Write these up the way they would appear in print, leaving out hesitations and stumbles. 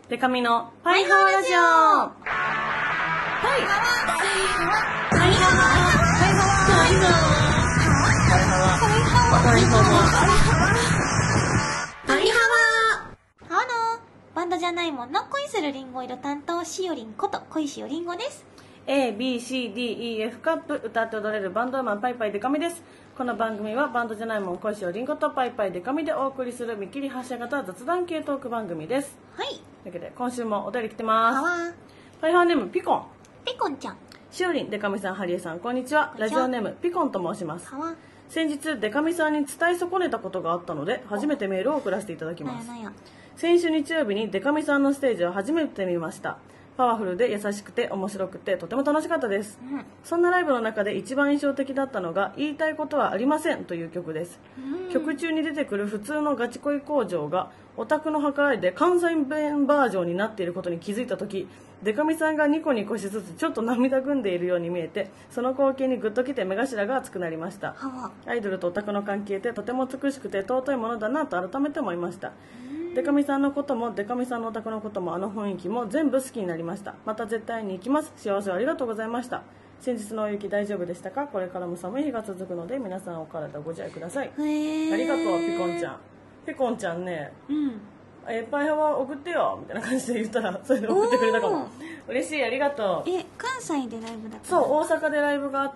デカミのパイハワラジオ。はい。パイハワ。 バンドじゃないもんの恋するリンゴ色担当しおりんこと恋しおりんごです。 ABCDEF カップ歌って踊れるバンドウーマンパイパイデカミです。この番組はバンドじゃないもん恋しおりんごとパイパイデカミでお送りする見切り発車型雑談系トーク番組です。 はい。 というわけで今週もお便り来てます。 はわパイハワネームピコン。 ピコンちゃん。 しおりん、デカミさん、ハリエさん、こんにちは。ラジオネームピコンと申します。 はわ。 先日デカミさんに伝え損ねたことがあったので初めてメールを送らせていただきます。 なんや先週日曜日にデカミさんのステージを初めて見ました。パワフルで優しくて面白くてとても楽しかったです、そんなライブの中で一番印象的だったのが言いたいことはありませんという曲です、曲中に出てくる普通のガチ恋工場がオタクの計らいで関西弁バージョンになっていることに気づいた時、デカミさんがニコニコしつつちょっと涙ぐんでいるように見えて、その光景にグッときて目頭が熱くなりました。アイドルとオタクの関係ってとても美しくて尊いものだなと改めて思いました。デカミさんのこともデカミさんのオタクのこともあの雰囲気も全部好きになりました。また絶対に行きます。幸せをありがとうございました。先日の大雪大丈夫でしたか？これからも寒い日が続くので皆さんお体ご自愛ください。ありがとうピコンちゃん。ピコンちゃんね、パイハワ送ってよみたいな感じで言ったらそれで送ってくれたかも。嬉しい、ありがとう。 関西でライブだった？ そう、大阪でライブがあって、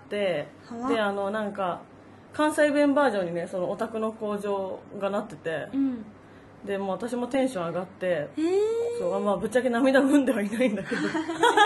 でなんか関西弁バージョンにね、そのオタクの工場がなってて、でもう私もテンション上がって、そうまあぶっちゃけ涙ぐんではいないんだけど考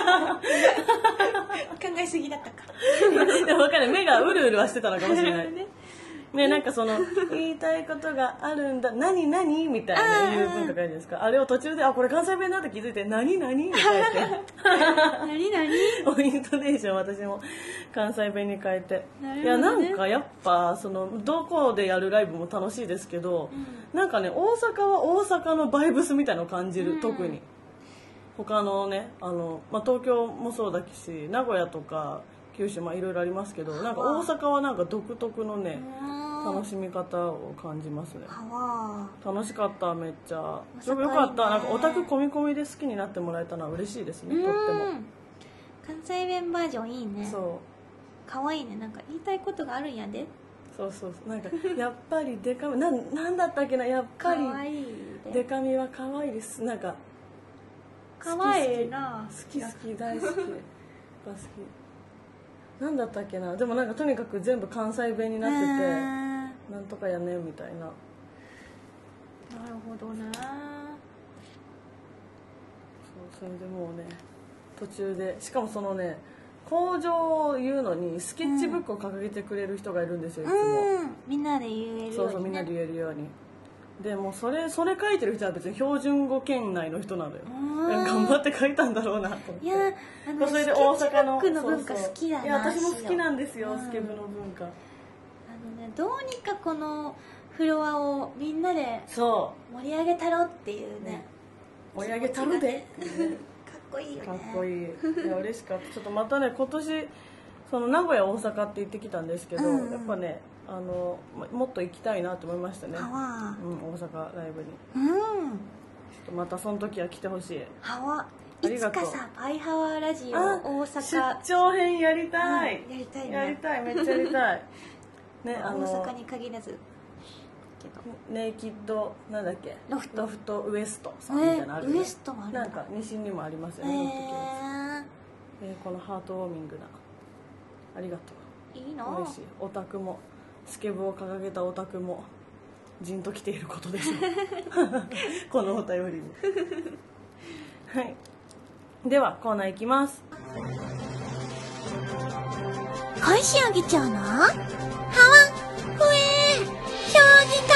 えすぎだったかでも分かる、目がうるうるはしてたのかもしれないね、なんかその言いたいことがあるんだ、何何みたいな言う文化があるじゃないですか。あれを途中でこれ関西弁だって気づいて何何みたいな何何イントネーション私も関西弁に変えて、いやなんかやっぱそのどこでやるライブも楽しいですけど、なんかね大阪は大阪のバイブスみたいなのを感じる、特に他のね東京もそうだし名古屋とか九州いろいろありますけど、なんか大阪はなんか独特のね楽しみ方を感じますね。楽しかった、めっちゃよかった。なんかオタク込み込みで好きになってもらえたのは嬉しいですね、とっても。 関西弁バージョンいいね。 そうかわいいね。なんか言いたいことがあるんやで。 そうなんかやっぱりデカミなんだったっけな、やっぱりデカミは可愛いです。なんか可愛いな。 好き大好き好きなんだったっけな。でもなんかとにかく全部関西弁になってて、なんとかやねみたいな。なるほどな。 それでもうね途中で、しかもそのね工場を言うのにスケッチブックを掲げてくれる人がいるんですよ、いつも。 みんなで言えるように、ね、 そうみんなで言えるように。でもそれ書いてる人は別に標準語圏内の人なのよ。頑張って書いたんだろうなと思って。 いやそれで大阪のスケッチブックの文化好きだな。 いや私も好きなんですよ、スケブの文化。 どうにかこのフロアをみんなで盛り上げたろっていうね。 盛り上げたろでかっこいいよね。 かっこいい。いや嬉しかった。ちょっとまたね今年その名古屋大阪って行ってきたんですけど、やっぱねもっと行きたいなと思いましたね。大阪ライブに。ちょっとまたその時は来てほしい。 いつかさパイハワラジオ大阪出張編やりたい。 やりたいね。 やりたい、めっちゃやりたいね。 大阪に限らずネイキッドなんだっけ、ロフトウエストさんみたいなのある、 ウエストもある。 なんか西にもありますよね。このハートウォーミングな、ありがとう。 いいの。 嬉しい。オタクもスケブを掲げたオタクもじんと来ていることでしょうこのお便りにはい、ではコーナーいきます。 返しあげちゃうのはわふえ将棋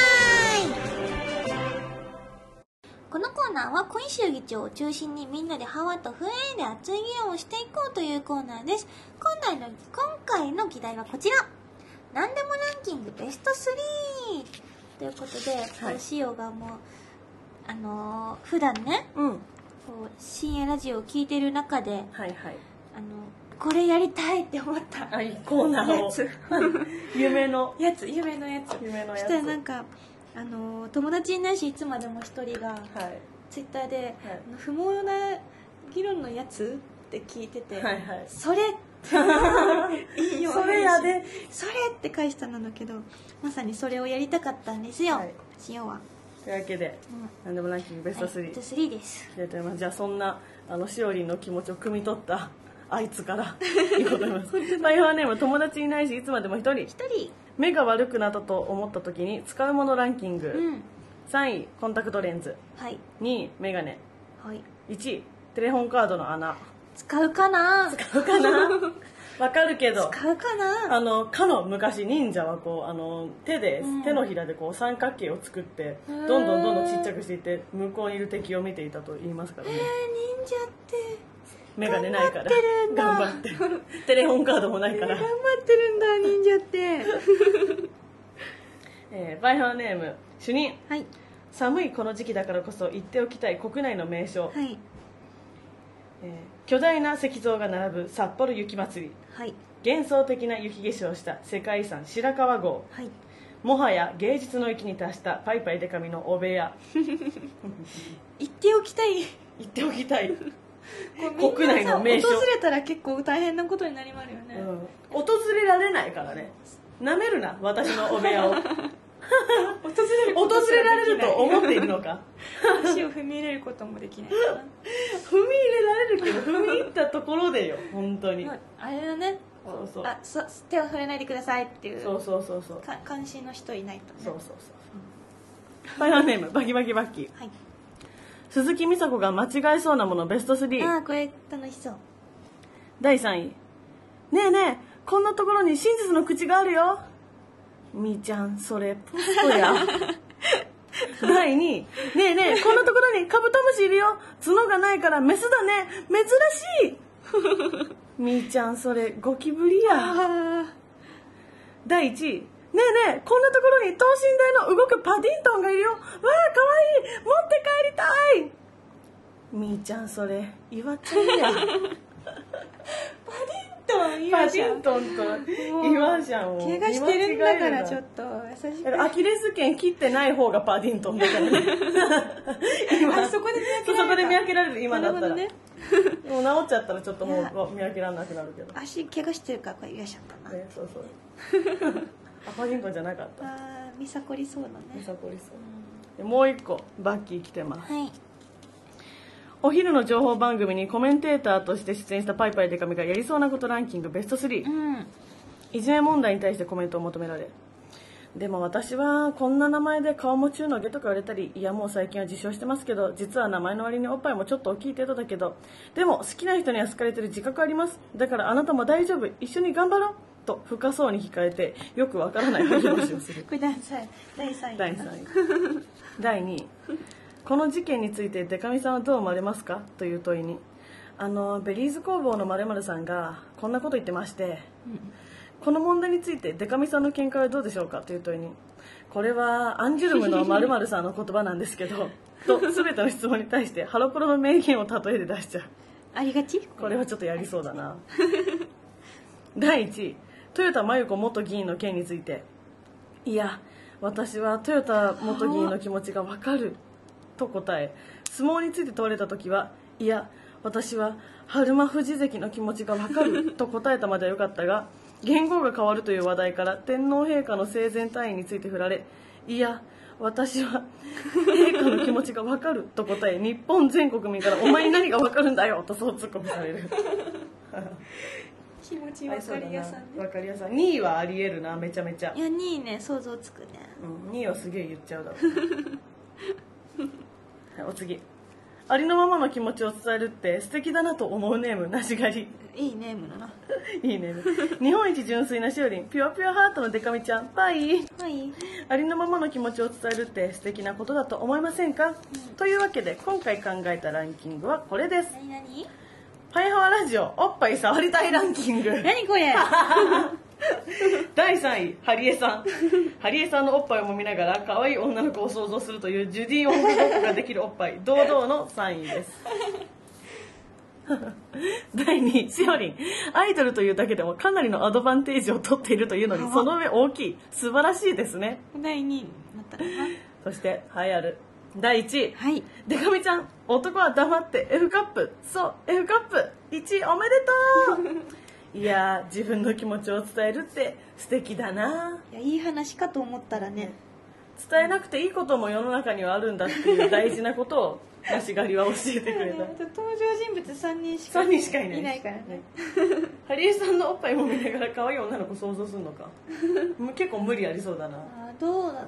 会。このコーナーは小石議長を中心にみんなでハワとフエーで熱い議論をしていこうというコーナーです。今回の議題はこちら。なんでもランキングベスト3ということで、シオがもう普段ね、こう深夜ラジオを聞いてる中で、これやりたいって思ったコーナーを夢のやつ。 そしたらなんか友達いないしいつまでも一人が、 ツイッターで、 はい、 不毛な議論のやつって聞いてて、 はいはい、 それいいよそれやでそれって返したんだけど、まさにそれをやりたかったんですよ、 はい、 塩は。 というわけで、なんでもランキングベスト3、 ベスト3です。 じゃあそんなしおりんの気持ちを汲み取ったあいつからいこうと思いますバイオハネーム、友達いないしいつまでも一人。目が悪くなったと思った時に使うものランキング、3位コンタクトレンズ、 はい、 2位メガネ、 はい、 1位テレホンカードの穴。 使うかなわかるけど、 使うかな。 かの昔忍者はこう手のひらでこう三角形を作ってどんどんちっちゃくしていって向こうにいる敵を見ていたと言いますからね。 忍者ってメガネないから頑張ってテレホンカードもないから頑張ってるんだ忍者ってバイハーネーム主任、 はい、 寒いこの時期だからこそ行っておきたい国内の名所、 はい、 巨大な石像が並ぶ札幌雪まつり、 はい、 幻想的な雪化粧をした世界遺産白川郷、 はい、 もはや芸術の域に達したパイパイデカミのお部屋行っておきたい行っておきたい国内の名所。 訪れたら結構大変なことになりますよね、 訪れられないからね。なめるな私のお部屋を訪れられると思っているのか足を踏み入れることもできない踏み入れられるけど踏み入ったところでよ本当にあれだね。手を触れないでくださいっていうそう監視の人いないとね。 そうファイナルネームバキバキバッキー、はい、鈴木美佐子が間違えそうなものベスト3。 これ楽しそう。 第3位、ねえねえこんなところに真実の口があるよ。みーちゃんそれポストや第2位、ねえねえこんなところにカブトムシいるよ。角がないからメスだね珍しいみーちゃんそれゴキブリや第1位、ねえねえこんなところに等身大の動くパディントンがいるよ。わあかわいい持って帰りたい。みーちゃんそれ岩ちゃんやパディントンと岩ちゃんを怪我してるんだからちょっと優しく。 アキレス腱切ってない方がパディントンだからねそこで見分けられる今だったら、 ね、 もう治っちゃったらちょっともう見分けられなくなるけど足怪我してるからこれいらっしゃったな、ね、 そうパディントンじゃなかった。 みさこりそうだね。 みさこりそう、もう一個バッキー来てます、 はい、 お昼の情報番組にコメンテーターとして出演したパイパイデカミがやりそうなことランキングベスト3、いじめ問題に対してコメントを求められ、でも私はこんな名前で顔も中の下とか言われたり、いやもう最近は自称してますけど実は名前の割におっぱいもちょっと大きい程度だけど、でも好きな人には好かれてる自覚あります。だからあなたも大丈夫、一緒に頑張ろうと深そうに控えてよくわからない話をするこれ第3 位第2位、この事件についてデカミさんはどう思われますかという問いに、ベリーズ工房の〇〇さんがこんなこと言ってまして、この問題についてデカミさんの見解はどうでしょうかという問いに、これはアンジュルムの〇〇さんの言葉なんですけどと全ての質問に対してハロプロの名言を例えで出しちゃう。 ありがち。 これはちょっとやりそうだな第1位、豊田真由子元議員の件について、いや私は豊田元議員の気持ちが分かると答え、相撲について問われた時は、いや私は春馬富士関の気持ちが分かると答えたまではよかったが、言語が変わるという話題から天皇陛下の生前退位について振られ、いや私は陛下の気持ちが分かると答え、日本全国民からお前に何が分かるんだよとそうツッコミされる気持ち分かりやさんね。 分かりやさん。2位はありえるな、めちゃめちゃ。 いや2位ね想像つくね、 2位はすげえ言っちゃうだろうはい、お次、ありのままの気持ちを伝えるって素敵だなと思うネームなしがり。 いいネームだな。 いいネーム日本一純粋なしおりん、ピュアピュアハートのデカミちゃん、バイ。ありのままの気持ちを伝えるって素敵なことだと思いませんか、というわけで今回考えたランキングはこれです。 何パイハワラジオおっぱい触りたいランキング。 何これ第3位、ハリエさん。ハリエさんのおっぱいを揉みながら可愛い女の子を想像するというジュディ・オングごっこができるおっぱい、堂々の3位です第2位、しおりん。アイドルというだけでもかなりのアドバンテージを取っているというのにその上大きい、素晴らしいですね。 第2位だったかな。 そして栄えある第1位、 はい。 デカミちゃん、男は黙って F カップ。そう、F カップ1位おめでとういやー、自分の気持ちを伝えるって素敵だな。 いや、いい話かと思ったらね。 伝えなくていいことも世の中にはあるんだっていう大事なことをなしがりは教えてくれた。 登場人物3人しか 3人しかいないいないからね。 ハリエさんのおっぱいも見ながら可愛い女の子想像するのか結構無理ありそうだな。 どうだろうな。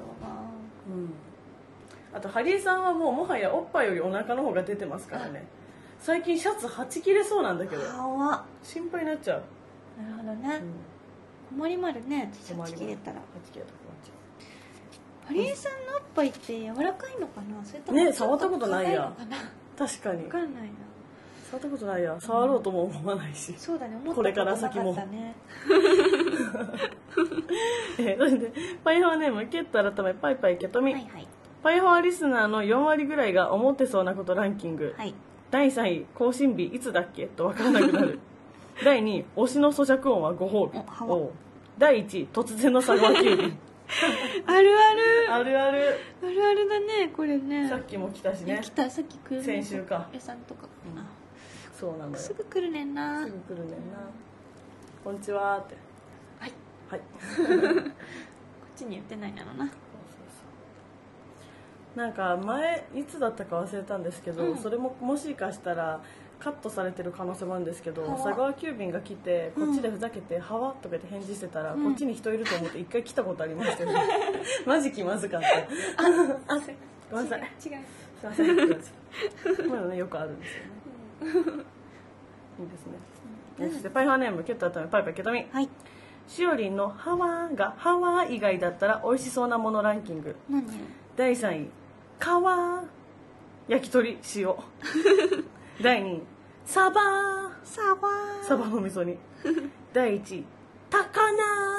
あとハリエさんはもはやおっぱいよりお腹の方が出てますからね。最近シャツはち切れそうなんだけど心配になっちゃう。 なるほどね。困りまるね、シャツ切れたら。ハリエさんのおっぱいって柔らかいのかな、それともね、触ったことないや。 硬いのかな。 確かに分かんないな。 触ったことないや。触ろうとも思わないし。 そうだね、思ったこれからことな先もかったね。 それでパイハワネームケット改めパイパイケトミ、 はいはい。 パイハワリスナーの4割ぐらいが思ってそうなことランキング、 はい。 第3位更新日いつだっけと分からなくなる第2位推しの咀嚼音はご褒美。おう第1位突然の佐川急便あるある。 あるある。 あるあるだね、これね。 さっきも来たしね。 来た、さっき来る。 先週か。 屋さんとかかな。 そうなんだよ。 すぐ来るねんな。 すぐ来るねんな。こんにちはって。 はいはいこっちに言ってないんだろうな。 なんか前いつだったか忘れたんですけど、それももしかしたらカットされてる可能性もあるんですけど、佐川急便が来てこっちでふざけて「はわ」とかで返事してたら、こっちに人いると思って一回来たことありましたよねマジ気まずかった。ごめんなさい。 違う。 すいません。こういうのねよくあるんですよね。いいですね。そしてパイハーネームケット改めパイパイケトミ。 はい。 しおりんのハワーがハワー以外だったら美味しそうなものランキング。 何？ 第3位皮焼き鳥塩第2位サバの味噌煮第1位高菜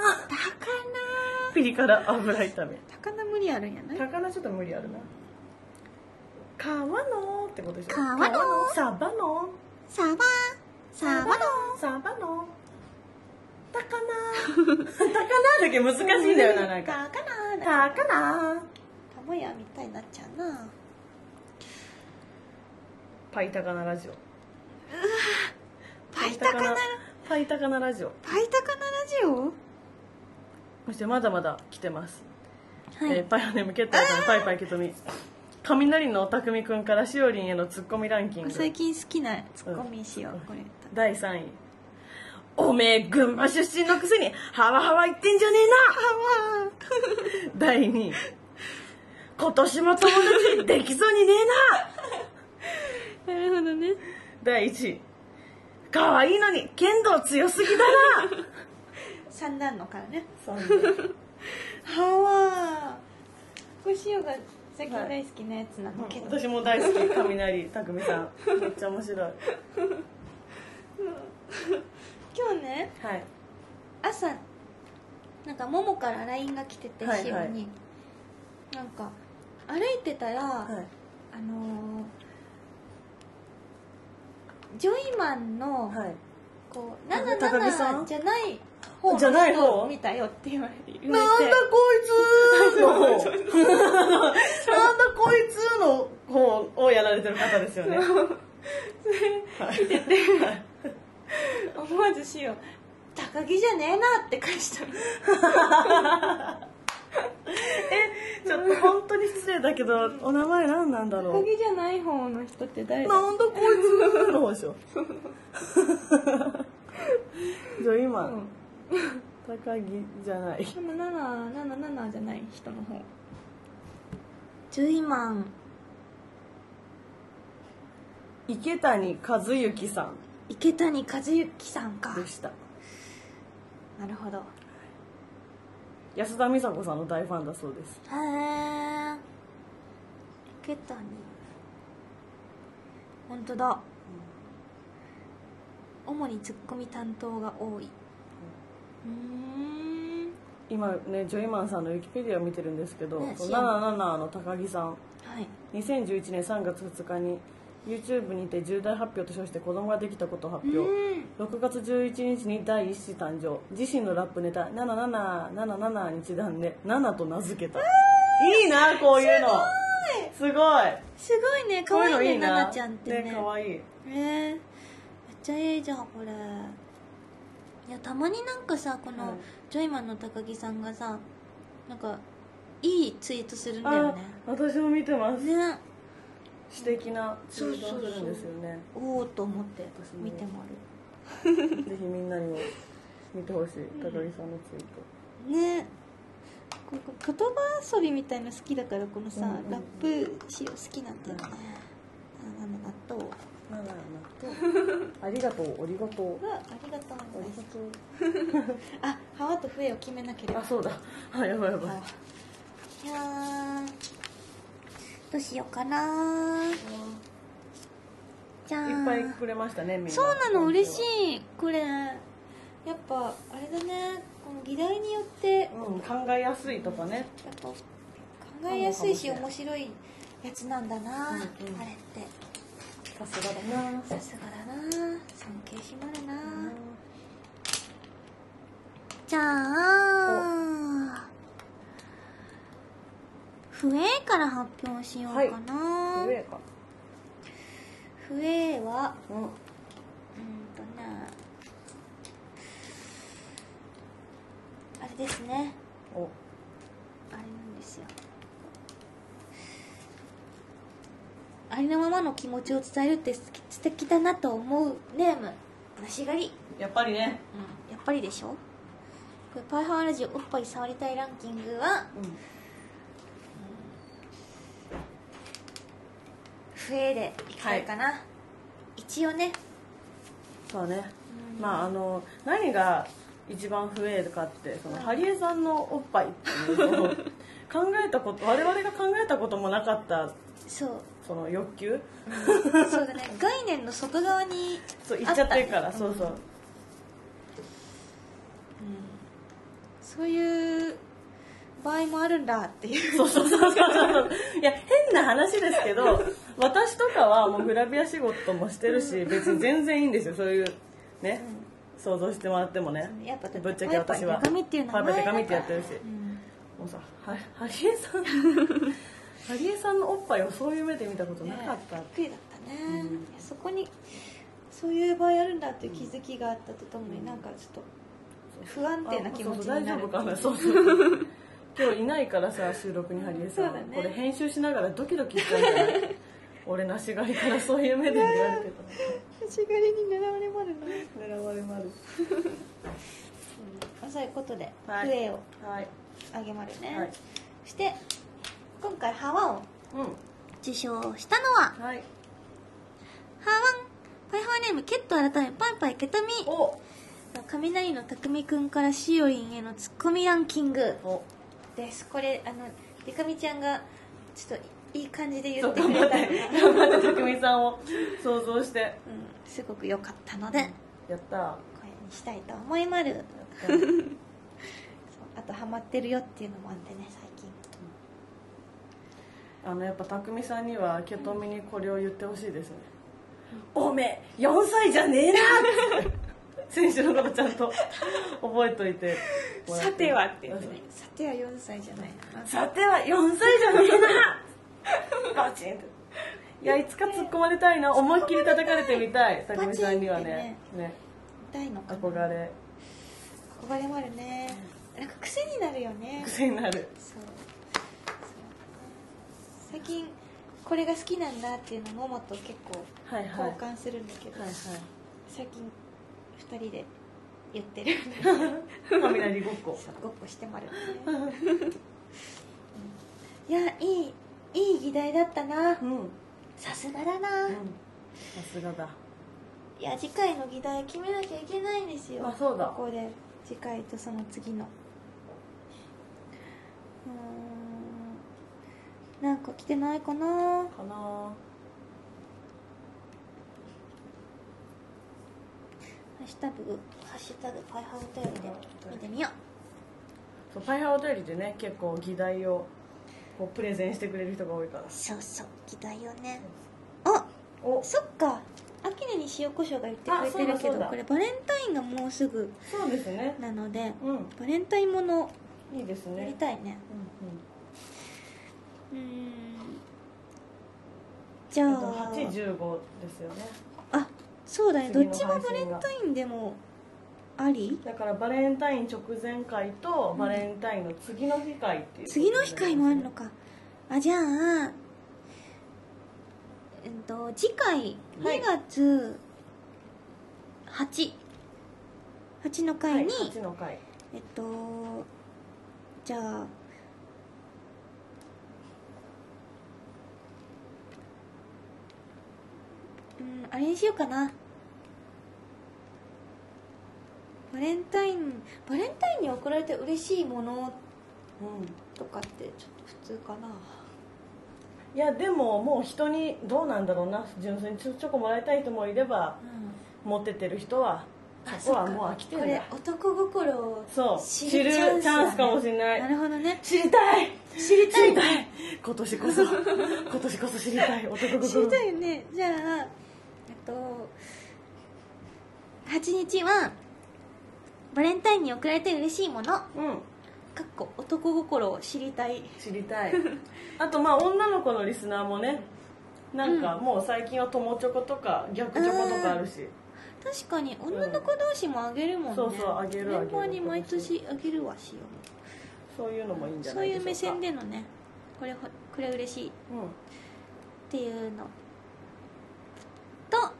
ピリ辛油炒め。 高菜無理あるんやない？ 高菜ちょっと無理あるな。皮のってことでしょ。 皮のサバのサバの高菜だけ難しいんだよな。なんか高菜玉屋みたいになっちゃうな。 パイタカナラジオ。 パイタカナラジオ。そしてまだまだ来てます。 はい。 パイハネムケットのパイパイケトミ。雷のたくみくんからしおりんへのツッコミランキング。 最近好きなツッコミしよう、これ。 第3位。おめえ群馬出身のくせにハワハワ言ってんじゃねえな。第2位。今年も友達できそうにねなるほどね。 第1位。可愛いのに剣道強すぎだな。 三段のからね。 そうね。 ハワー。これしおが最近大好きなやつなのけど。 私も大好き。雷たくみさんめっちゃ面白い。 今日ね、 はい。 朝なんかももから LINE が来てて、 はいはいしおになんか歩いてたら、 はい。 ジョイマンの、 はい。 こう高木さん 77じゃない方じゃないの人方を見たよって言われて、 なんだこいつの方。なんだこいつの方をやられてる方ですよね。 見てて、思わずしお高木じゃねえなって返した。 ちょっと本当に失礼だけどお名前何なんだろう。 高木じゃない方の人って誰だ？ なんだこいつの方でしょ。じゃあ今、高木じゃない。 77じゃない人の方。ジョイマン池谷和幸さん池谷和幸さんか。 でした。 なるほど。 安田美沙子さんの大ファンだそうです。 へえ。池谷。本当だ。主にツッコミ担当が多い。 今ねジョイマンさんのウィキペディアを見てるんですけど、 ね 77の高木さん、 はい。 2011年3月2日に YouTube にて重大発表と称して子供ができたことを発表。6月11日に第一子誕生。自身のラップネタ7777にちなんで7と名付けた。いいなこういうの。 すごいすごいね、可愛いね、ななちゃんってね。 可愛い。 めっちゃいいじゃんこれ。いや、たまになんかさ、このジョイマンの高木さんがさ、なんかいいツイートするんだよね。 私も見てますね、 素敵なツイートをするんですよね。 おおと思って見てもぜひみんなにも見てほしい高木さんのツイートね。これ言葉遊びみたいの好きだから、このさ、ラップし好きなんだよね。納豆ありがとう、ありがとう。 ありがとうあ、ハワと笛を決めなければ。 あ、そうだ。あ、やばいやばい。 いやー、どうしようかな。じゃあいっぱいくれましたね、みんな。 そうなの、嬉しい。これやっぱあれだね、この議題によって、 考えやすいとかね。 やっぱ考えやすいし面白いやつなんだな、あれって。 さすがだな。 さすがだな、尊敬しまるな。じゃあ笛から発表しようかな。 笛か。 笛はあれですね。あれなんですよ。ありのままの気持ちを伝えるって素敵だなと思うネーム、梨狩り。 やっぱりね。 やっぱりでしょ。これパイハワラジオおっぱい触りたいランキングは、笛でいきたいかな、一応ね。 そうね。まあ何が一番笛かって、そのハリエさんのおっぱいっていうのを考えたこと、我々が考えたこともなかった。 そう。 その欲求、 そうだね、概念の外側にそう行っちゃってるから、そうそう、 そういう場合もあるんだっていう。 そうそうそうそういや変な話ですけど、私とかはもうグラビア仕事もしてるし、別に全然いいんですよ、そういうね、想像してもらってもね。 やっぱぶっちゃけ私はパイパイデカミっていう名前パイパイデカミってやってるし、もうさ、ハリエさんハリエさんのおっぱいをそういう目で見たことなかった。 びっくりだったね、そこにそういう場合あるんだっていう気づきがあったとともに、なんかちょっと不安定な気持ちになる。 大丈夫かな。そうそう今日いないからさ、収録にハリエさん、これ編集しながらドキドキしちゃうんじゃない俺なしがりからそういう目で見られてた。 なしがりに狙われまるな。 狙われまるそういうことで笛をあげまるね。そして今回ハワを受賞したのは、ハワンパイハワネームケット改めパイパイケトミ。雷の匠くんからしおりんへのツッコミランキングです。これデカミちゃんがちょっといい感じで言ってくれた頑張って匠さんを想像して、 すごく良かったので、 やったこれにしたいと思いまる。あとハマってるよっていうのもあってね、最近やっぱ匠さんにはケトミにこれを言ってほしいですね。おめえ4歳じゃねえなって先週のことちゃんと覚えといて。 さてはって言ってね、さては4歳じゃないな、 さては4歳じゃねえなバチンって。いや、いつか突っ込まれたいな、思いっきり叩かれてみたい匠さんにはね。 痛いのかな。 憧れもあるね。なんか癖になるよね。 癖になる。 そう最近これが好きなんだっていうのももと結構交換するんだけど、最近2人で言ってる雷ごっこごっこしてまるねいや、いい議題だったな。さすがだな。 さすがだ。 いや、次回の議題決めなきゃいけないんですよ。 そうだ。 ここで次回とその次のなんか来てないかな。ハッシュタグパイハワお便りで見てみよう。パイハワお便りでね、結構議題をこうプレゼンしてくれる人が多いから。 そう議題をね。そっか、アキネに塩コショウが言ってくれてるけど、これバレンタインがもうすぐなので、バレンタインものいいですね、 やりたいね。 じゃあ 8、15ですよね。 あ、そうだね、ど次のっちもバレンタインでもあり？ だからバレンタイン直前会とバレンタインの次の日会っていう、 次の日会もあるのか。あ、じゃあ次回2月8の回に、 はい、8の回。 じゃああれにしようかな。バレンタインに贈られて嬉しいものとかってちょっと普通かな。 いやでももう人にどうなんだろうな、純粋にチョコもらいたい人もいれば、持ってってる人はそこはもう飽きてるんだ。 これ男心をそう知知るるチャンスチャンスかもしれない。 なるほどね。 知りたい知りたい今年こそ知りたい男心知りたいよね。じゃあ8日はバレンタインに贈られて嬉しいものかっこ男心を知りたい。 あとまあ女の子のリスナーもね、なんかもう最近は友チョコとか逆チョコとかあるし、 確かに女の子同士もあげるもんね。 そうそうあげるメンバーに毎年あげるわしよ。 そういうのもいいんじゃそうないでしょうか。 いう目線でのね、これ嬉しいっていうのと、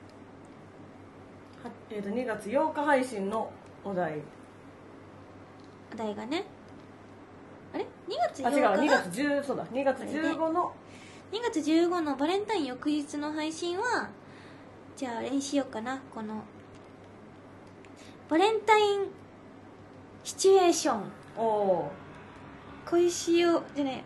2月8日配信のお題、 お題がね、あれ2月8 あ違う2 日が月10そうだ2月15の 2月15のバレンタイン翌日の配信は、じゃああれにしようかな。このバレンタインシチュエーション、小石尾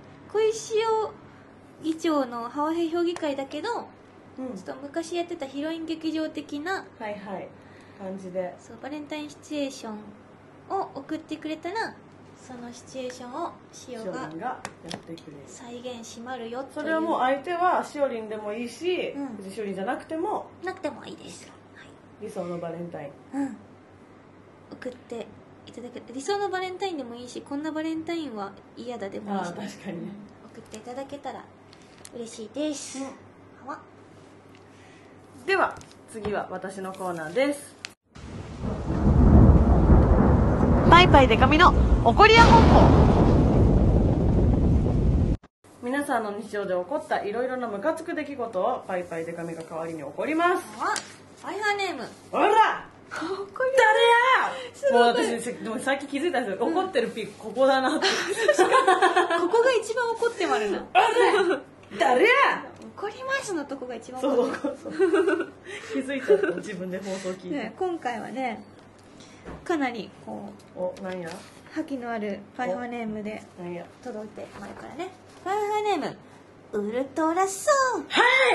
議長のハワヘ評議会だけど、ちょっと昔やってたヒロイン劇場的な感じで、 そうバレンタインシチュエーションを送ってくれたら、そのシチュエーションをしおがやってくれる。 再現しまるよという。 それはもう相手はしおりんでもいいし、 うんしおりんじゃなくてもなくてもいいです、はい、 理想のバレンタイン、 送っていただけ、理想のバレンタインでもいいし、こんなバレンタインは嫌だでもいいし、 確かにね、 送っていただけたら嬉しいです、 では次は私のコーナーです。パイパイデカミの怒りや本舗。皆さんの日常で起こったいろいろなムカつく出来事をパイパイデカミが代わりに怒ります。 ファイハーネーム、 ほら誰や、もう私でもさっき気づいたんですよ、怒ってるピークここだなってここが一番怒ってまるな。 誰や怒りますのとこが一番そう怒る。 気づいちゃった自分で放送聞いて、 ね、今回はね、かなりこうなんや覇気のあるファイハーネームでなんや届いてまるからね。ファイハーネームウルトラソウ、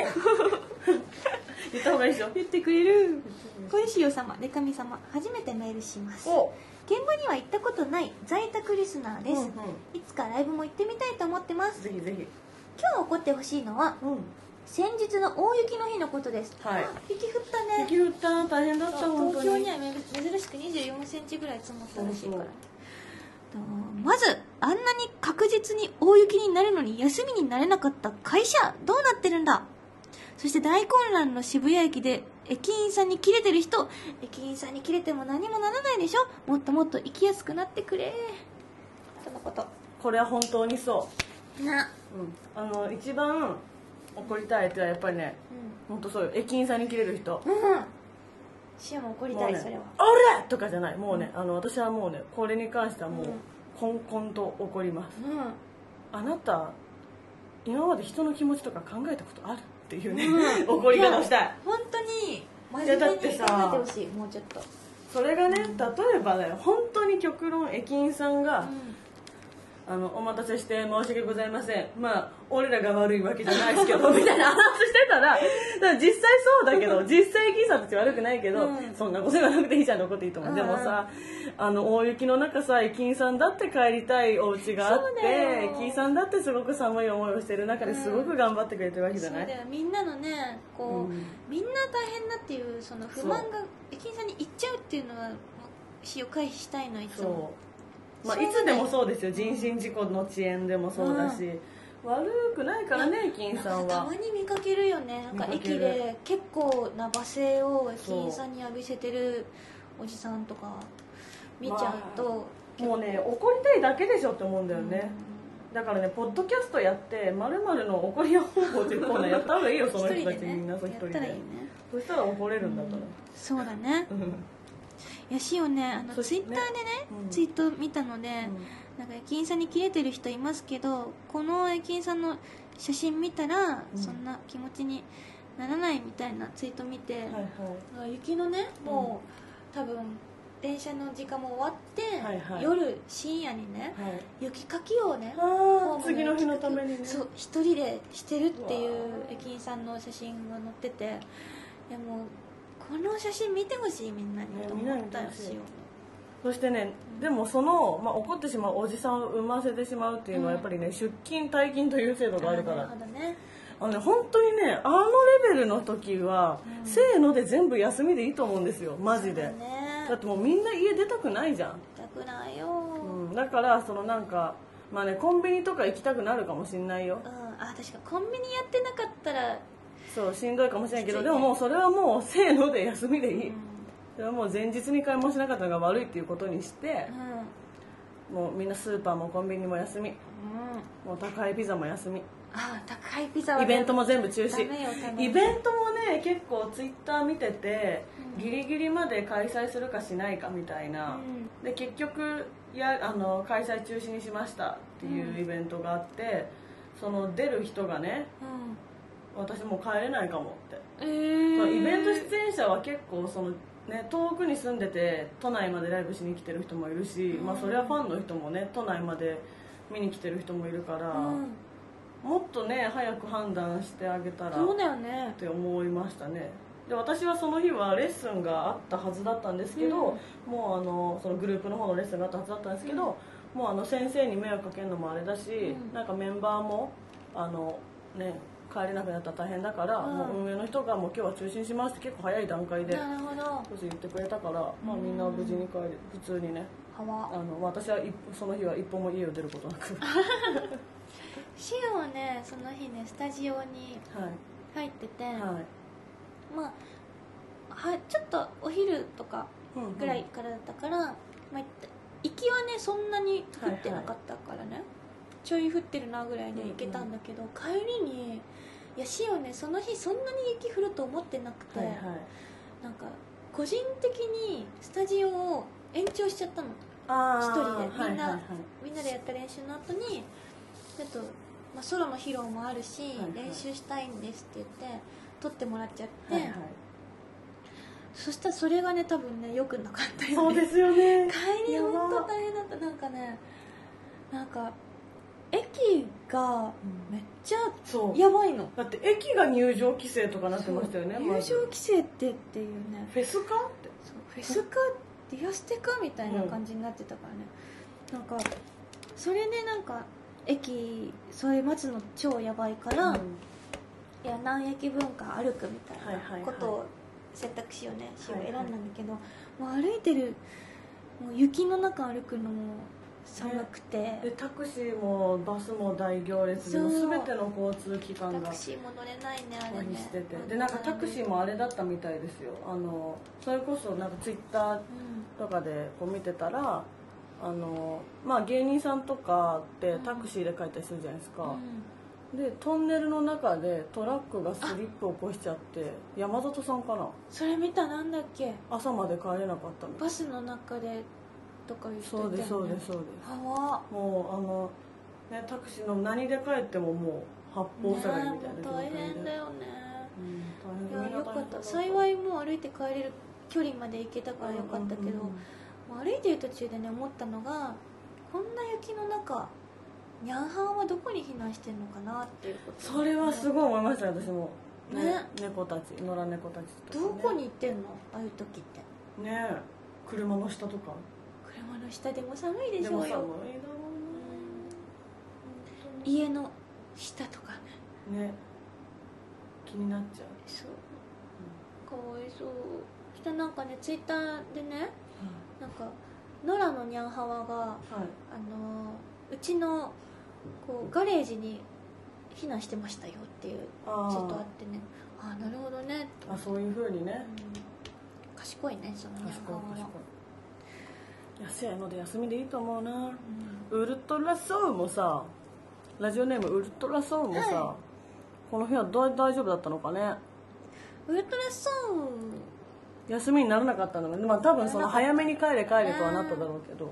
言った方がいいでしょ。 言ってくれる。小石尾様、デカミ様、初めてメールします。現場には行ったことない在宅リスナーです、いつかライブも行ってみたいと思ってます。 ぜひぜひ。 今日起こってほしいのは、先日の大雪の日のことです。雪降ったね。 雪降った大変だった。本当に東京には珍しく24センチぐらい積もったらしいから。まずあんなに確実に大雪になるのに休みになれなかった会社、どうなってるんだ。そして大混乱の渋谷駅で駅員さんにキレてる人、駅員さんにキレても何もならないでしょ。もっともっと行きやすくなってくれ。そのこと。 これは本当にそうな、 一番怒りたい相手はやっぱりね、本当そうよ。駅員さんにキレる人、 シアも怒りたい、それは 「おら!」とかじゃない、もうね、私はもうね、これに関してはもうコンコンと怒ります。あなた今まで人の気持ちとか考えたことあるっていうね、怒り方をしたい。 本当に真面目に考えてほしい。もうちょっとそれがね、例えばね、本当に極論駅員さんが、お待たせして申し訳ございません、まあ俺らが悪いわけじゃないですけどみたいな話してたら、実際そうだけど、実際駅員さんたち悪くないけど、そんなこと言わなくていいじゃん、怒っていいと思う。でもさ、大雪の中さ、駅員さんだって帰りたいお家があって、駅員さんだってすごく寒い思いをしてる中ですごく頑張ってくれてるわけじゃない。 そうだよ、みんなのね、こう、みんな大変だっていうその不満が駅員さんに行っちゃうっていうのは死を回避したいの、いつも。 まあ、いつでもそうですよ。人身事故の遅延でもそうだし、 悪くないからね、駅員さんは。 たまに見かけるよね。なんか駅で結構な罵声を駅員さんに浴びせてるおじさんとか見ちゃうと、 もうね、怒りたいだけでしょって思うんだよね。だからね、ポッドキャストやって〇〇の怒り屋本舗っていうコーナーやった方がいいよ、その人たちみんな。そう一人で。そしたら怒れるんだから。 そうだね。やしをね、ツイッターでね、ツイート見たので、なんか駅員さんにキレてる人いますけど、この駅員さんの写真見たら、そんな気持ちにならないみたいなツイート見て、雪のね、もう多分電車の時間も終わって、夜深夜にね、雪かきをね、 次の日のためにね、 そう一人でしてるっていう駅員さんの写真が載ってて、いやもうこの写真見てほしいみんなにと思ったよしよ。 そしてね、でもその、怒ってしまうおじさんを産ませてしまうっていうのはやっぱりね、出勤退勤という制度があるから。本当にね、あのレベルの時は、せーので全部休みでいいと思うんですよ、マジで。だってもうみんな家出たくないじゃん。 出たくないよ。 だからそのなんかコンビニとか行きたくなるかもしんないよ。 確かコンビニやってなかったらそうしんどいかもしれないけど、でももうそれはもうせーので休みでいい。それはもう前日に買い物しなかったのが悪いっていうことにして、もうみんなスーパーもコンビニも休み、もう宅配ピザも休み、 宅配ピザはイベントも全部中止。イベントもね、結構ツイッター見てて、ギリギリまで開催するかしないかみたいな、で結局開催中止にしましたっていうイベントがあって、その出る人がね、私もう帰れないかもって、イベント出演者は結構その遠くに住んでて都内までライブしに来てる人もいるし、それはファンの人もね都内まで見に来てる人もいるから、もっとね早く判断してあげたらって思いましたね。で私はその日はレッスンがあったはずだったんですけど、もうそのグループの方のレッスンがあったはずだったんですけど、もう先生に迷惑かけるのもあれだし、なんかメンバーも帰れなくなったら大変だから、もう運営の人がもう今日は中止にしますって結構早い段階で言ってくれたから、みんな無事に帰れ、普通にね、私はその日は一歩も家を出ることなくシオはね、その日ねスタジオに入ってて、ちょっとお昼とかぐらいからだったから、行きはねそんなに降ってなかったからね、ちょい降ってるなぐらいで行けたんだけど、帰りにシオねその日そんなに雪降ると思ってなくて、なんか個人的にスタジオを延長しちゃったの、一人でみんなでやった練習の後にちょっと、ソロの披露もあるし、練習したいんですって言って撮ってもらっちゃって、そしたらそれがね多分ね良くなかったよね。 そうですよね。 帰り本当大変だった。なんか駅がめっちゃやばいの。 だって駅が入場規制とかなってましたよね。 入場規制っていうね。 フェスかって。 フェスかディアステかみたいな感じになってたからね。なんかそれでなんか駅それ待つの超やばいから、いや何駅分か歩くみたいなことを選択肢をね選んだんだけど、もう歩いてるもう雪の中歩くのも寒くて、 でタクシーもバスも大行列で、全ての交通機関がタクシーも乗れないねあれね。 してて、でなんかタクシーもあれだったみたいですよ。それこそなんかツイッターとかでこう見てたら、芸人さんとかってタクシーで帰ったりするじゃないですか、でトンネルの中でトラックがスリップを起こしちゃって、山里さんかな、 それ見た。なんだっけ、 朝まで帰れなかったみたい。 バスの中でとか言ってたよね。 そうですもうタクシーの何で帰ってももう八方塞がりみたいな状態で、 大変だよね。 大変。 いやよかった。幸いもう歩いて帰れる距離まで行けたからよかったけど、歩いてる途中でね思ったのが、こんな雪の中ニャンハンはどこに避難してんのかなっていうこと、 それはすごい思いました。私も猫たち、野良猫たちとか、 どこに行ってんのああいう時ってね。車の下とか。 車の下でも寒いでしょうよ。 でも寒いだろうな、 家の下とかね。気になっちゃう。 そう、かわいそう。そしたらなんかねツイッターでね、なんか野良のニャンハワが、うちのこうガレージに避難してましたよっていうツイートあってね、ああなるほどねと。 そういう風にね、 賢いねそのニャンハワは。 いやせやので休みでいいと思うな、ウルトラソウもさ、ラジオネームウルトラソウもさ、 はい、 この日は大丈夫だったのかね。 ウルトラソウ休みにならなかったのも、まあ多分その早めに帰れとはなっただろうけど、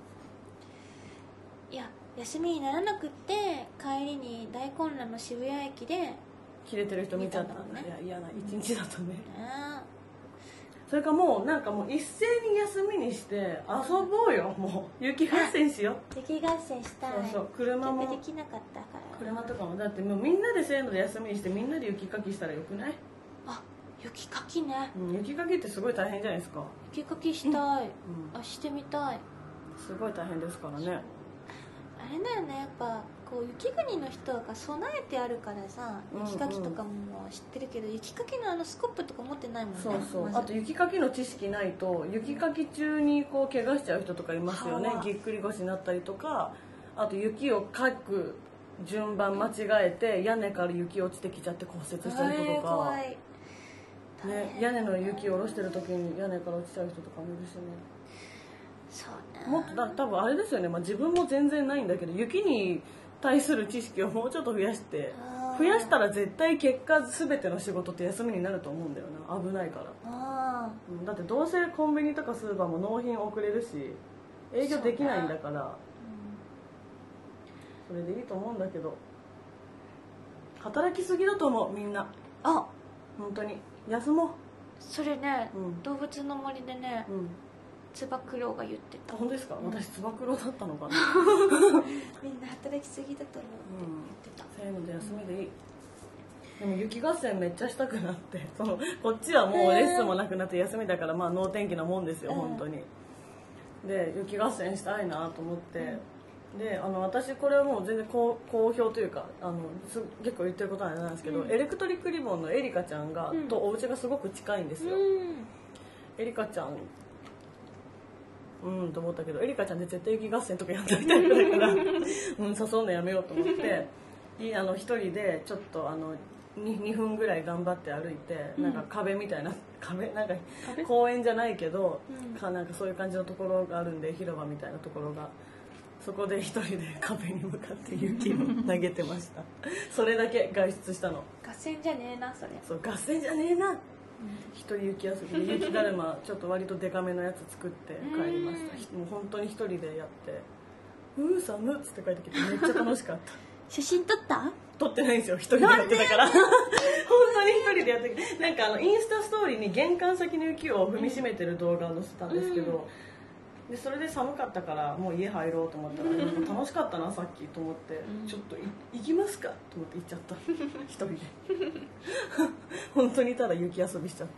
いや休みにならなくって帰りに大混乱の渋谷駅で切れてる人見ちゃったんだね。いや嫌な一日だったね、それかもうなんかもう一斉に休みにして遊ぼうよ、もう雪合戦しよう。 雪合戦したい。 そう車もできなかったから車とかもだってもうみんなでせーので休みにしてみんなで雪かきしたらよくない？ あ、雪かきね、 雪かきってすごい大変じゃないですか。 雪かきしたい、してみたい。 すごい大変ですからね。 あれだよね、やっぱこう雪国の人が備えてあるからさ、雪かきとかも知ってるけど、雪かきのスコップとか持ってないもんね。 そう、あと雪かきの知識ないと雪かき中にこう怪我しちゃう人とかいますよね。ぎっくり腰になったりとか、あと雪をかく順番間違えて屋根から雪落ちてきちゃって骨折した人とか、 怖いね、屋根の雪を下ろしてる時に屋根から落ちちゃう人とかもいるしね。 そうね、 もっと多分あれですよね、自分も全然ないんだけど、雪に対する知識をもうちょっと増やしたら絶対結果全ての仕事って休みになると思うんだよな。危ないから。だってどうせコンビニとかスーパーも納品遅れるし営業できないんだから、それでいいと思うんだけど、働きすぎだと思うみんな。本当に休もう。 それね、動物の森でね、つば九郎が言ってた。 本当ですか？私つば九郎だったのかな。 みんな働きすぎだと思うって言ってた。 せーので休みでいい。でも雪合戦めっちゃしたくなってこっちはもうレッスンもなくなって休みだから、まあ能天気なもんですよ、本当に。で雪合戦したいなと思って、で私これはもう全然好評というか結構言ってることなんですけど、エレクトリックリボンのエリカちゃんとお家がすごく近いんですよ。エリカちゃんと思ったけど、エリカちゃんで絶対雪合戦とかやってみたいだから誘うのやめようと思って一人でちょっと2分ぐらい頑張って歩いて、なんか壁みたいななんか公園じゃないけど、なんかそういう感じのところがあるんで、広場みたいなところが、そこで一人で壁に向かって雪を投げてましたそれだけ外出したの。 合戦じゃねえなそれ。 そう合戦じゃねえな。一人雪遊びで雪だるまちょっと割とデカめのやつ作って帰りました。もう本当に一人でやって「寒っ」つって帰ってきてめっちゃ楽しかった写真撮った？ 撮ってないんですよ、一人でやってたから本当に一人でやってなんかインスタストーリーに玄関先の雪を踏みしめてる動画を載せたんですけど、でそれで寒かったからもう家入ろうと思ったらなんか楽しかったなさっきと思って、ちょっと行きますかと思って行っちゃった一人で本当にただ雪遊びしちゃった。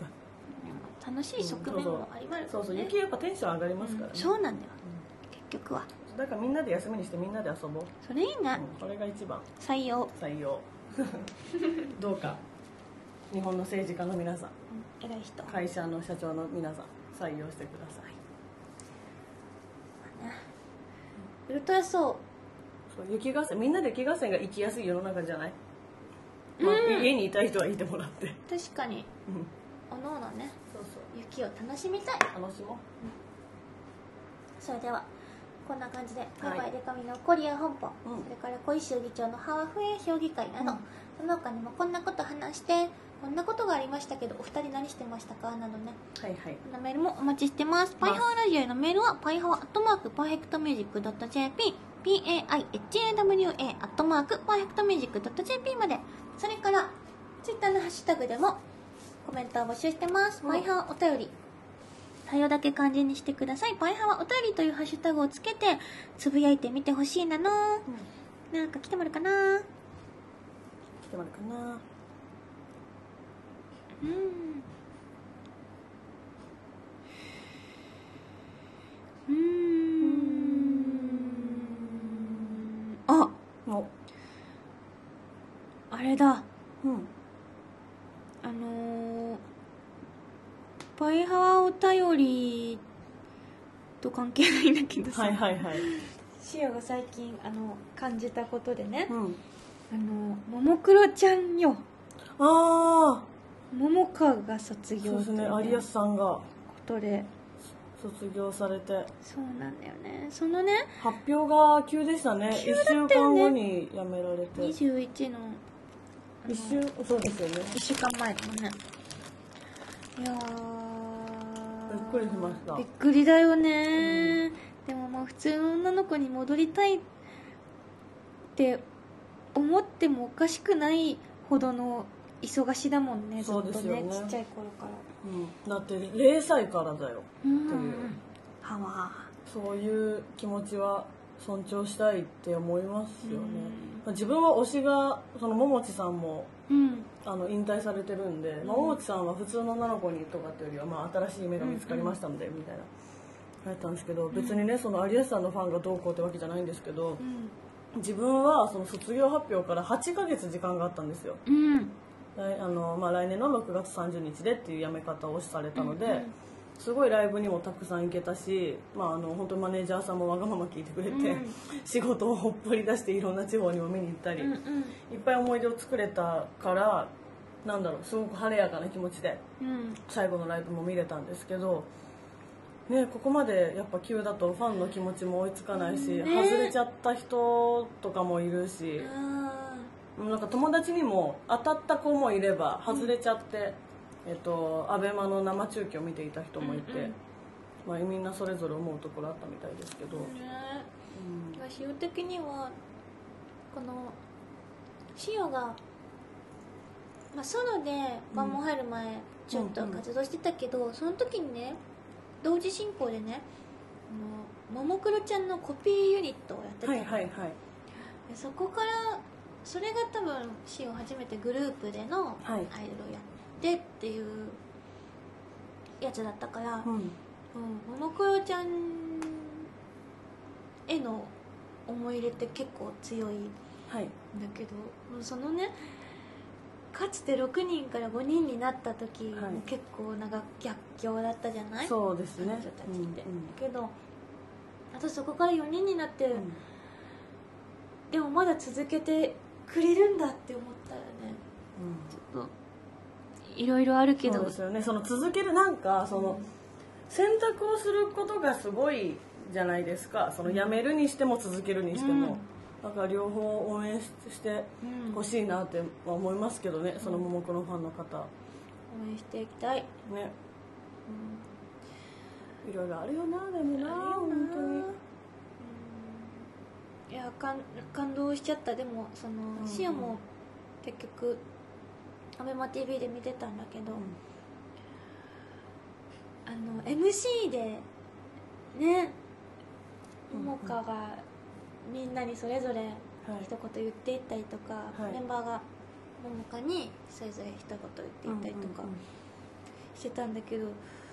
楽しい側面もありますね。 そう雪やっぱテンション上がりますからね。 そうなんだよ、結局は。 だからみんなで休みにしてみんなで遊ぼう。 それいいね、 これが一番採用どうか日本の政治家の皆さん、 偉い人、 会社の社長の皆さん採用してください。 ウルトラそう雪合戦、みんなで雪合戦が行きやすい世の中じゃない？家にいたい人はいてもらって。 確かに、おのおのね、 そう雪を楽しみたい。 楽しもう。 それではこんな感じでパイパイデカミのコリア本舗、それから小石議長のハワフエ評議会など、その他にもこんなこと話してこんなことがありましたけどお二人何してましたかなどね、 こんなメールもお待ちしてます。パイハワラジオへのメールはパイハワ@perfectmusic.jp paihawa@perfectmusic.jp まで。それからツイッターのハッシュタグでもコメントを募集してます。パイハワお便り対応だけ漢字にしてください。パイハワお便りというハッシュタグをつけてつぶやいてみてほしいなの、なんか来てもらうかな。 来てもらうかな。 あれだ、パイハワお便りと関係ないんだけどさ、シアが最近感じたことでね、 ももクロちゃんよ。 あ桃香が卒あ、 業そうですね、有安さんがことで、 卒業されて、 そうなんだよね。そのね、 発表が急でしたね。1週間後に辞められて。 21のそうですよね。 1週間前だもんね。いやびっくりしました。 びっくりだよね、でもまあ普通の女の子に戻りたいって思ってもおかしくないほどの忙しだもんね、ずっとそうですよねちっちゃい頃から。 だって0歳からだよっていう、 はわそういう気持ちは尊重したいって思いますよね。自分は推しがその桃地さんも引退されてるんで、桃地さんは普通の女の子にとかっていうよりは、まあ、新しい目が見つかりましたので、みたいなやったんですけど、別にねその有吉さんのファンがどうこうってわけじゃないんですけど、自分はその卒業発表から8ヶ月時間があったんですよ。来年の6月30日でっていうやめ方をされたので、すごいライブにもたくさん行けたし、本当にマネージャーさんもわがまま聞いてくれて、仕事をほっぽり出していろんな地方にも見に行ったり、いっぱい思い出を作れたから、すごく晴れやかな気持ちで最後のライブも見れたんですけど、ね、ここまでやっぱ急だとファンの気持ちも追いつかないし、外れちゃった人とかもいるし、なんか友達にも当たった子もいれば外れちゃって、アベマの生中継を見ていた人もいて、みんなそれぞれ思うところあったみたいですけど、 私的にはこのシオが、ソロでバンモン入る前ちょっと活動してたけど、その時にね同時進行でねももクロちゃんのコピーユニットをやってたの、でそこからそれが多分シオ初めてグループでのアイドルをやってっていうやつだったから、ももクロちゃんへの思い入れって結構強いんだけど、そのねかつて6人から5人になった時も結構逆境だったじゃない、 そうですね、 彼女たちって、だけどあとそこから4人になって、でもまだ続けてくれるんだって思ったらね、ちょっといろいろあるけど、 そうですよね、その続けるその選択をすることがすごいじゃないですか。その辞めるにしても続けるにしても、だから両方応援してほしいなって思いますけどね、そのももクロファンの方、 応援していきたいね。 いろいろあるよな、でもな、本当に。 いや感動しちゃった。でもそのシオも結局アベマ TV で見てたんだけど、MC でねももかがみんなにそれぞれ一言言っていったりとか、メンバーがももかにそれぞれ一言言っていったりとかしてたんだけど、も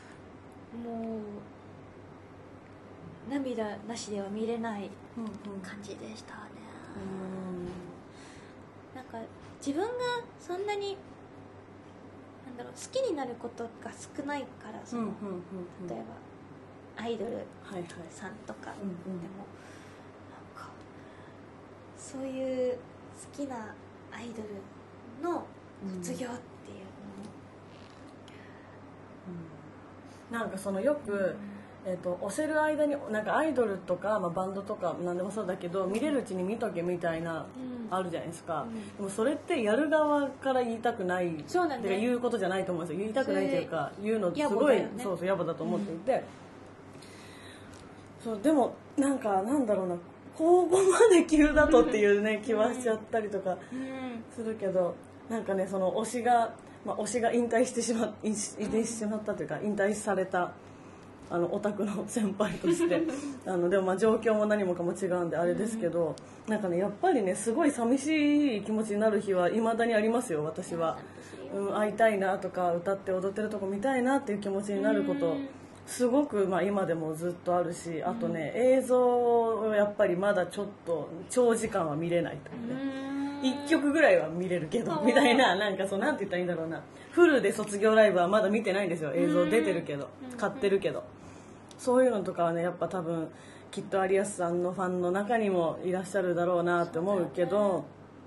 う涙なしでは見れない感じでしたね。なんか自分がそんなに好きになることが少ないから、その例えばアイドルさんとかでも、なんかそういう好きなアイドルの卒業っていうの、なんかそのよく、推せる間になんかアイドルとか、バンドとか何でもそうだけど、見れるうちに見とけみたいな、あるじゃないですか、でもそれってやる側から言いたくない、 そうだね、 言うことじゃないと思うんですよ。言いたくないというか、言うのすごいそう野暮だと思っていて、そうでもなんだろうな、ここまで急だとっていうね気はしちゃったりとかするけど、なんかね、その推しが引退してしまったというか、引退されたオタクの先輩としてでも状況も何もかも違うんであれですけど、なんかねやっぱりねすごい寂しい気持ちになる日は未だにありますよ、私は。会いたいなとか、歌って踊ってるとこ見たいなっていう気持ちになることすごく、今でもずっとあるし、あとね、映像をやっぱりまだちょっと長時間は見れないというね、1曲ぐらいは見れるけどみたいな、なんかなんて言ったらいいんだろうな、フルで卒業ライブはまだ見てないんですよ。映像出てるけど、買ってるけど、そういうのとかはねやっぱ多分きっと有安さんのファンの中にもいらっしゃるだろうなって思うけど、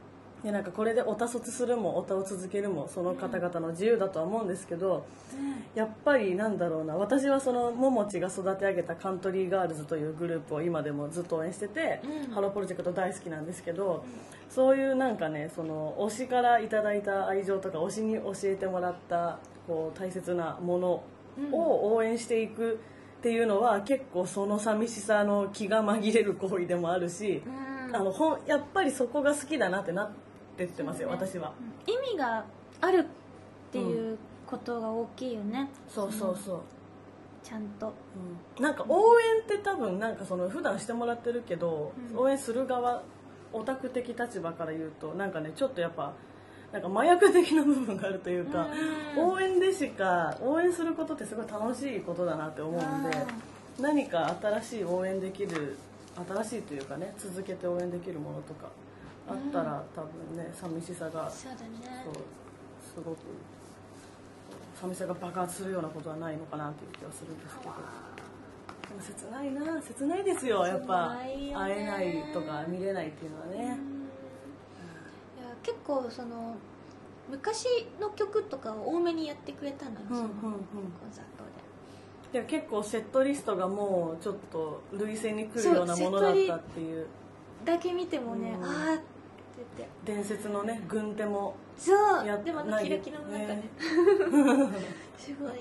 でなんかこれでオタ卒するもオタを続けるもその方々の自由だとは思うんですけど、やっぱりなんだろうな、私はそのももちが育て上げたカントリーガールズというグループを今でもずっと応援してて、ハロープロジェクト大好きなんですけど、そういうなんかね、その推しからいただいた愛情とか推しに教えてもらったこう大切なものを応援していくっていうのは結構その寂しさの気が紛れる行為でもあるし、やっぱりそこが好きだなってなってってますよ、私は。 意味があるっていうことが大きいよね。 そうそうそう、 ちゃんと、 なんか応援って多分なんかその普段してもらってるけど、応援する側オタク的立場から言うとなんかね、ちょっとやっぱなんか麻薬的な部分があるというか、応援でしか応援することってすごい楽しいことだなって思うんで、何か新しい応援できる、新しいというかね、続けて応援できるものとかあったら、多分ね、寂しさがそうだね、 そうすごく寂しさが爆発するようなことはないのかなという気はするんですけど、でも切ないな、切ないですよ、やっぱ会えないとか見れないっていうのはね。 いや結構その昔の曲とかを多めにやってくれたのよ、そのコンサートで。 いや結構セットリストがもうちょっと類線に来るようなものだったっていう、 だけ見てもね、あーって言って、 伝説のね軍手もそうやでもキラキラの中で、すごいね。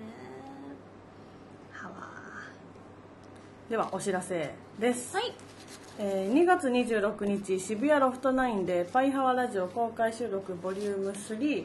はわではお知らせです。 はい、 2月26日渋谷ロフト9でパイハワラジオ公開収録ボリューム3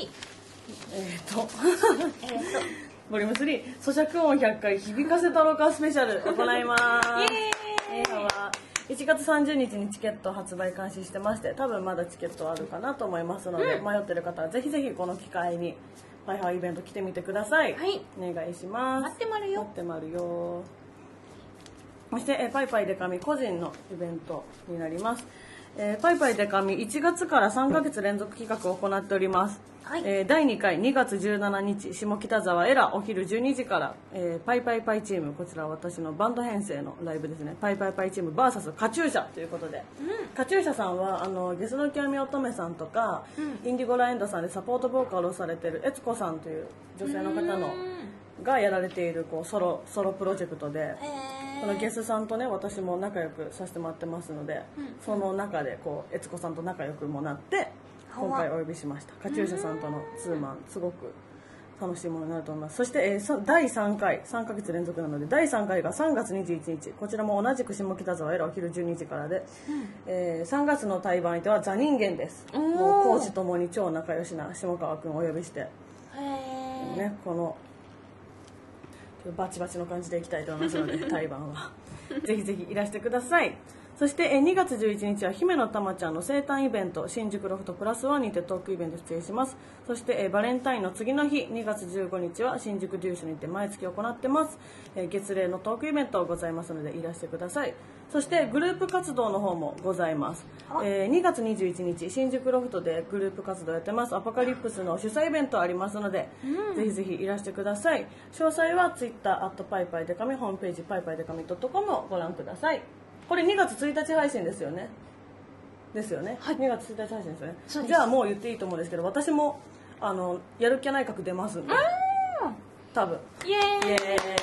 ボリューム3咀嚼音100回響かせたろかスペシャル行いますイエーイ。1月30日にチケット発売開始してまして、多分まだチケットあるかなと思いますので、迷ってる方はぜひぜひこの機会にパイハワイベント来てみてください。 はい、 お願いします。 待ってまるよ。 待ってまるよ。そしてパイパイデカミ個人のイベントになります。パイパイデカミ1月から3ヶ月連続企画を行っております。 はい、 第2回2月17日下北沢エラお昼12時から、パイパイパイチーム、こちらは私のバンド編成のライブですね。パイパイパイチーム VS カチューシャということで、カチューシャさんはゲスの極み乙女さんとか、インディゴラエンドさんでサポートボーカルをされてる悦子さんという女性の方のがやられているこうソロプロジェクトで、そのゲスさんとね私も仲良くさせてもらってますので、その中でこう悦子さんと仲良くもなって今回お呼びしました。カチューシャさんとのツーマンすごく楽しいものになると思います。そして、第3回3ヶ月連続なので第3回が3月21日、こちらも同じく下北沢エラお昼12時からで、3月の対バン相手はザ人間です。もう講師ともに超仲良しな下川くんをお呼びして、ね、このバチバチの感じでいきたいと思いますので対バンはぜひぜひいらしてください。そして2月11日は姫野たまちゃんの生誕イベント新宿ロフトプラスワンにてトークイベント出演します。そしてバレンタインの次の日2月15日は新宿デュースにて毎月行ってます。月例のトークイベントございますのでいらしてください。そしてグループ活動の方もございます。2月21日新宿ロフトでグループ活動やってます。アポカリプスの主催イベントありますので、ぜひぜひいらしてください。詳細は Twitter パイパイデカミホームページパイパイデカミ .com をご覧ください。これ2月1日配信ですよね。ですよね。はい、2月1日配信ですよね。じゃあもう言っていいと思うんですけど、私もやる気内閣出ますんで。多分。 イエーイ。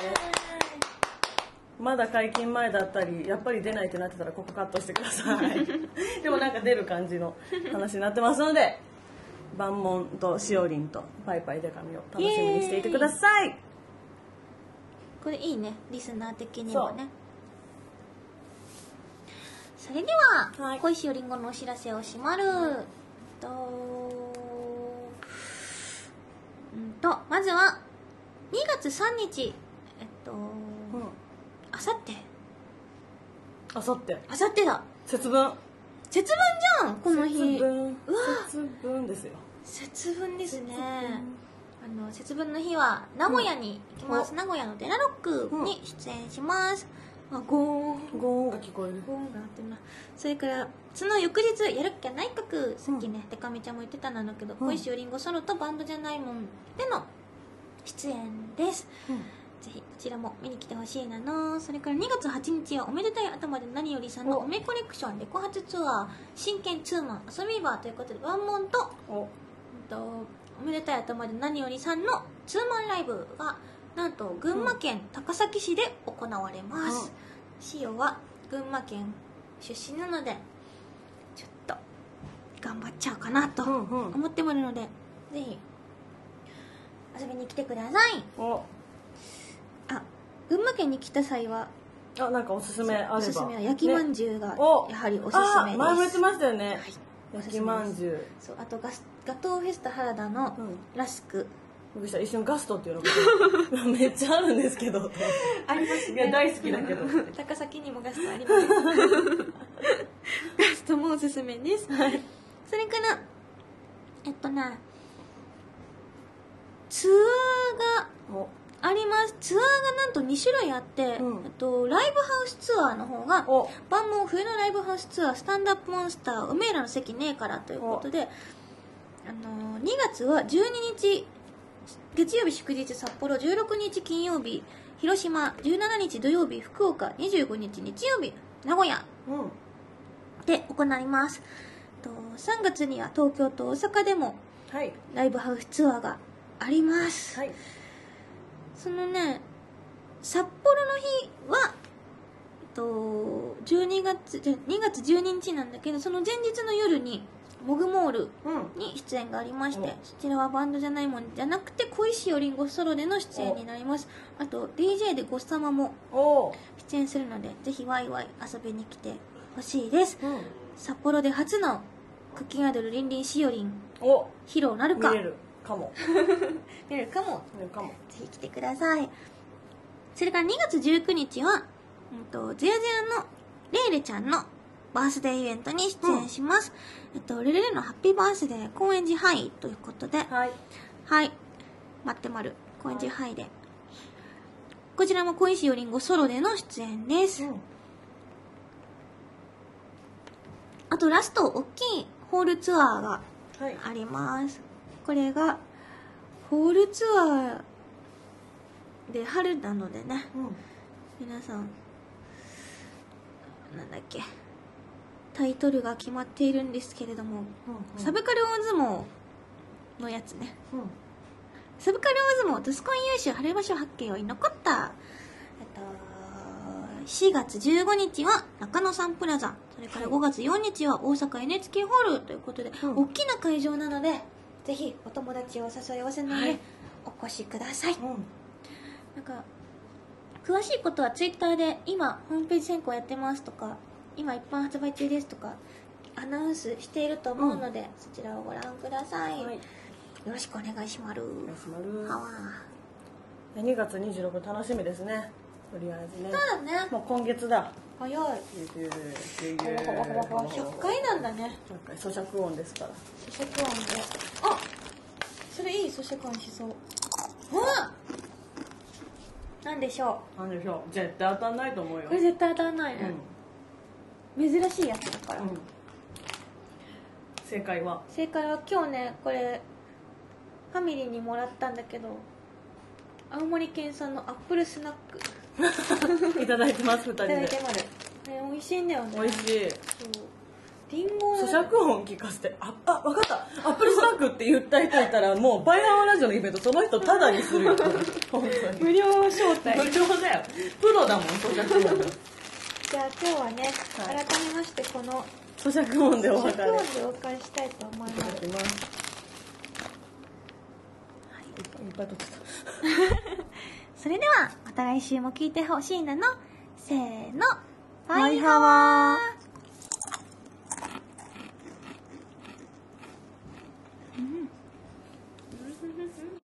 まだ解禁前だったり、やっぱり出ないってなってたらここカットしてください。でもなんか出る感じの話になってますので、バンモンとしおりんとパイパイデカミを楽しみにしていてください。 これいいね、リスナー的にもね。それでは、はい、恋しおりんごのお知らせをしまる。まずは2月3日、あさってだ。節分じゃん、この日。 節分ですよ。 節分ですね。節分の日は名古屋に行きます。名古屋のデラロックに出演します。ゴーンが聞こえる。 ゴーンがあってな。それからその翌日やるっきゃ内閣、さっきねデカミちゃんも言ってたんだけど、恋しおりんごソロとバンドじゃないもんでの出演です。 ぜひこちらも見に来てほしいなの。それから2月8日はおめでたい頭で何よりさんのおめコレクションレコ発ツアー真剣ツーマン遊びバーということで、ワンモンとおめでたい頭で何よりさんのツーマンライブがなんと群馬県高崎市で行われます。塩は群馬県出身なのでちょっと頑張っちゃおうかなと思ってもらうので、ぜひ遊びに来てください。群馬県に来た際はなんかおすすめあれば。おすすめは焼きまんじゅうがやはりおすすめです。 前も言ってましたよね、焼きまんじゅう。 そう、あとガトーフェスタ原田のラスク、 僕一瞬ガストっていうのがめっちゃあるんですけどありますね。 いや大好きだけど高崎にもガストありますガストもおすすめです。それからツアーがあります。ツアーがなんと2種類あって、ライブハウスツアーの方が万門冬のライブハウスツアースタンダップモンスターおめえらの席ねえからということで、2月は12日月曜日祝日札幌、16日金曜日広島、17日土曜日福岡、25日日曜日名古屋で行います。3月には東京と大阪でもライブハウスツアーがあります。そのね、札幌の日は2月12日なんだけど、その前日の夜にモグモールに出演がありまして、そちらはバンドじゃないもんじゃなくて小石よりんごソロでの出演になります。あと DJ でゴッサマも出演するので、ぜひワイワイ遊びに来てほしいです。札幌で初のクッキングアイドルりんりんしおりん披露なるか、 見れるかも見れるかもぜひ来てください。それから2月19日はゼヤゼヤのレイレちゃんのバースデーイベントに出演します。レレレのハッピーバースデー高円寺ハイということで、はい待ってまる高円寺ハイで、こちらも小石よりんごソロでの出演です。あとラスト大きいホールツアーがあります。これがホールツアーで春なのでね、皆さんなんだっけ、タイトルが決まっているんですけれども、サブカル大相撲のやつね、サブカル大相撲ドスコン優秀晴れ場所発見を残った、4月15日は中野サンプラザ、それから5月4日は大阪 NHK ホールということで、大きな会場なのでぜひお友達を誘い合わせないでお越しください。なんか詳しいことはツイッターで今ホームページ選考やってますとか、今一般発売中ですとかアナウンスしていると思うので、そちらをご覧ください。よろしくお願いします。 2月26日楽しみですね。とりあえずね。 そうだね。 もう今月だ。 早い。100回なんだね。 咀嚼音ですから。 咀嚼音で。あ、それいい咀嚼音しそう。なんでしょう。絶対当たんないと思うよ。 これ絶対当たんないね。珍しいやつだから。正解は今日ね、これファミリーにもらったんだけど、青森県産のアップルスナックいただいてます。2人でいただいてます。美味しいんだよね。 美味しい。 リンゴ咀嚼音聞かせて、分かった、アップルスナックって言った人いたら、もうバイハワラジオのイベントその人タダにするよ。本当に無料招待。 無料だよ。プロだもん、咀嚼音が。 じゃあ今日はね、改めましてこの咀嚼音でお別れしたいと思います。 いっぱい取ってた。 それではまた来週も聞いてほしいなの。せーの、バイハワー。